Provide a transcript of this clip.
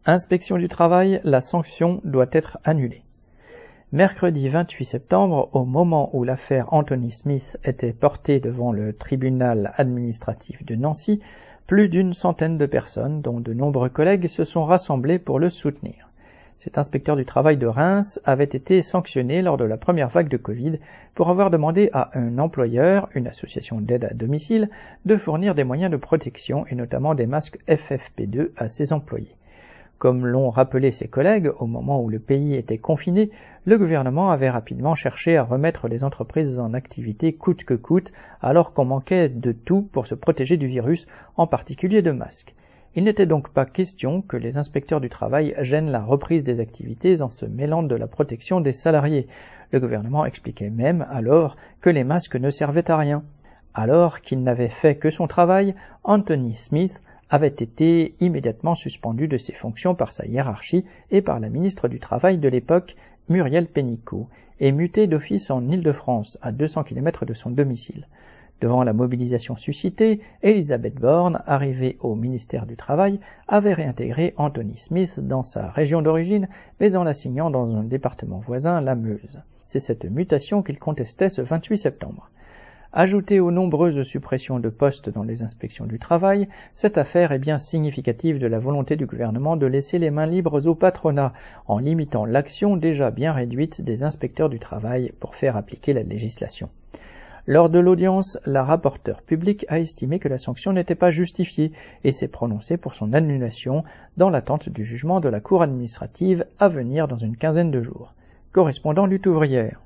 Inspection du travail, la sanction doit être annulée. Mercredi 28 septembre, au moment où l'affaire Anthony Smith était portée devant le tribunal administratif de Nancy, plus d'une centaine de personnes, dont de nombreux collègues, se sont rassemblés pour le soutenir. Cet inspecteur du travail de Reims avait été sanctionné lors de la première vague de Covid pour avoir demandé à un employeur, une association d'aide à domicile, de fournir des moyens de protection et notamment des masques FFP2 à ses employés. Comme l'ont rappelé ses collègues, au moment où le pays était confiné, le gouvernement avait rapidement cherché à remettre les entreprises en activité coûte que coûte, alors qu'on manquait de tout pour se protéger du virus, en particulier de masques. Il n'était donc pas question que les inspecteurs du travail gênent la reprise des activités en se mêlant de la protection des salariés. Le gouvernement expliquait même alors que les masques ne servaient à rien. Alors qu'il n'avait fait que son travail, Anthony Smith avait été immédiatement suspendu de ses fonctions par sa hiérarchie et par la ministre du Travail de l'époque, Muriel Pénicaud, et muté d'office en Île-de-France, à 200 km de son domicile. Devant la mobilisation suscitée, Elisabeth Borne, arrivée au ministère du Travail, avait réintégré Anthony Smith dans sa région d'origine, mais en l'assignant dans un département voisin, la Meuse. C'est cette mutation qu'il contestait ce 28 septembre. Ajoutée aux nombreuses suppressions de postes dans les inspections du travail, cette affaire est bien significative de la volonté du gouvernement de laisser les mains libres au patronat, en limitant l'action déjà bien réduite des inspecteurs du travail pour faire appliquer la législation. Lors de l'audience, la rapporteure publique a estimé que la sanction n'était pas justifiée et s'est prononcée pour son annulation dans l'attente du jugement de la Cour administrative à venir dans une quinzaine de jours. Correspondant Lutte ouvrière.